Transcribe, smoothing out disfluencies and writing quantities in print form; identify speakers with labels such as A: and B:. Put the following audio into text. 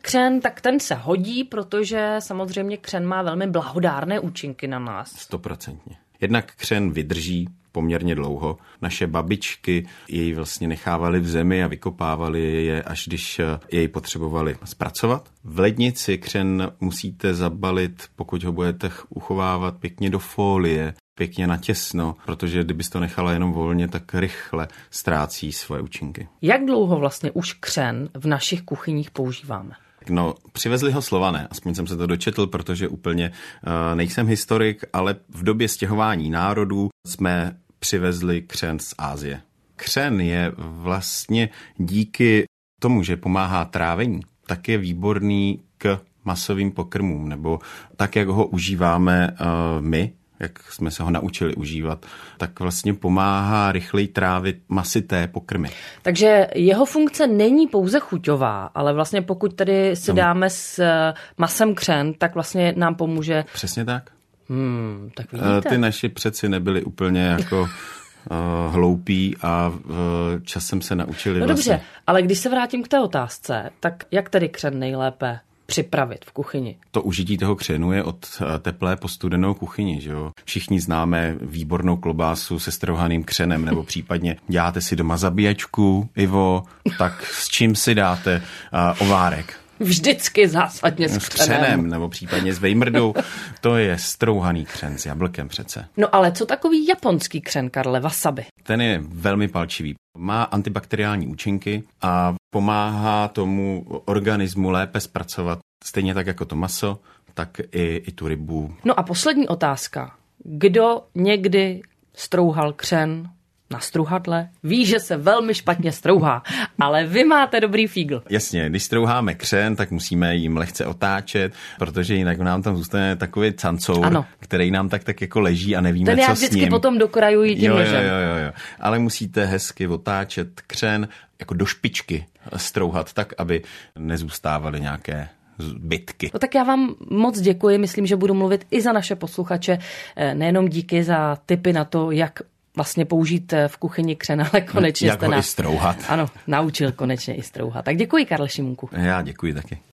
A: Křen, tak ten se hodí, protože samozřejmě křen má velmi blahodárné účinky na nás.
B: 100%. Jednak křen vydrží poměrně dlouho. Naše babičky jej vlastně nechávaly v zemi a vykopávali je, až když jej potřebovali zpracovat. V lednici křen musíte zabalit, pokud ho budete uchovávat, pěkně do fólie, pěkně natěsno, protože kdybyste to nechala jenom volně, tak rychle ztrácí svoje účinky.
A: Jak dlouho vlastně už křen v našich kuchyních používáme?
B: No, přivezli ho Slované, aspoň jsem se to dočetl, protože úplně nejsem historik, ale v době stěhování národů jsme přivezli křen z Asie. Křen je vlastně díky tomu, že pomáhá trávení, tak je výborný k masovým pokrmům, nebo tak, jak ho užíváme my, jak jsme se ho naučili užívat, tak vlastně pomáhá rychleji trávit masité pokrmy.
A: Takže jeho funkce není pouze chuťová, ale vlastně pokud tady si dáme s masem křen, tak vlastně nám pomůže...
B: Přesně tak.
A: Tak vidíte.
B: Ty naši předci nebyli úplně jako hloupí a časem se naučili.
A: No
B: vlastně.
A: dobře, ale když se vrátím k té otázce, tak jak tedy křen nejlépe připravit v kuchyni?
B: To užití toho křenu je od teplé po studenou kuchyni, že jo. Všichni známe výbornou klobásu se strouhaným křenem, nebo případně děláte si doma zabíjačku, Ivo, tak s čím si dáte ovárek?
A: Vždycky zásadně s
B: křenem. Nebo případně s vejmrdou. To je strouhaný křen s jablkem přece.
A: No ale co takový japonský křen, Karle, wasabi?
B: Ten je velmi palčivý. Má antibakteriální účinky a pomáhá tomu organismu lépe zpracovat stejně tak jako to maso, tak i tu rybu.
A: No a poslední otázka. Kdo někdy strouhal křen na strouhadle, ví, že se velmi špatně strouhá, ale vy máte dobrý fígl.
B: Jasně, když strouháme křen, tak musíme jim lehce otáčet, protože jinak nám tam zůstane takový cancour, který nám tak jako leží a nevíme,
A: ten
B: co s ním.
A: Ten já vždycky potom dokrajuji tím nožem.
B: Jo. Ale musíte hezky otáčet křen, jako do špičky strouhat tak, aby nezůstávaly nějaké zbytky.
A: No tak já vám moc děkuji, myslím, že budu mluvit i za naše posluchače, nejenom díky za tipy na to, jak vlastně použít v kuchyni křen, ale konečně
B: jak
A: jste
B: ho i strouhat.
A: Ano, naučil konečně i strouhat. Tak děkuji, Karle Šimunku.
B: Já děkuji taky.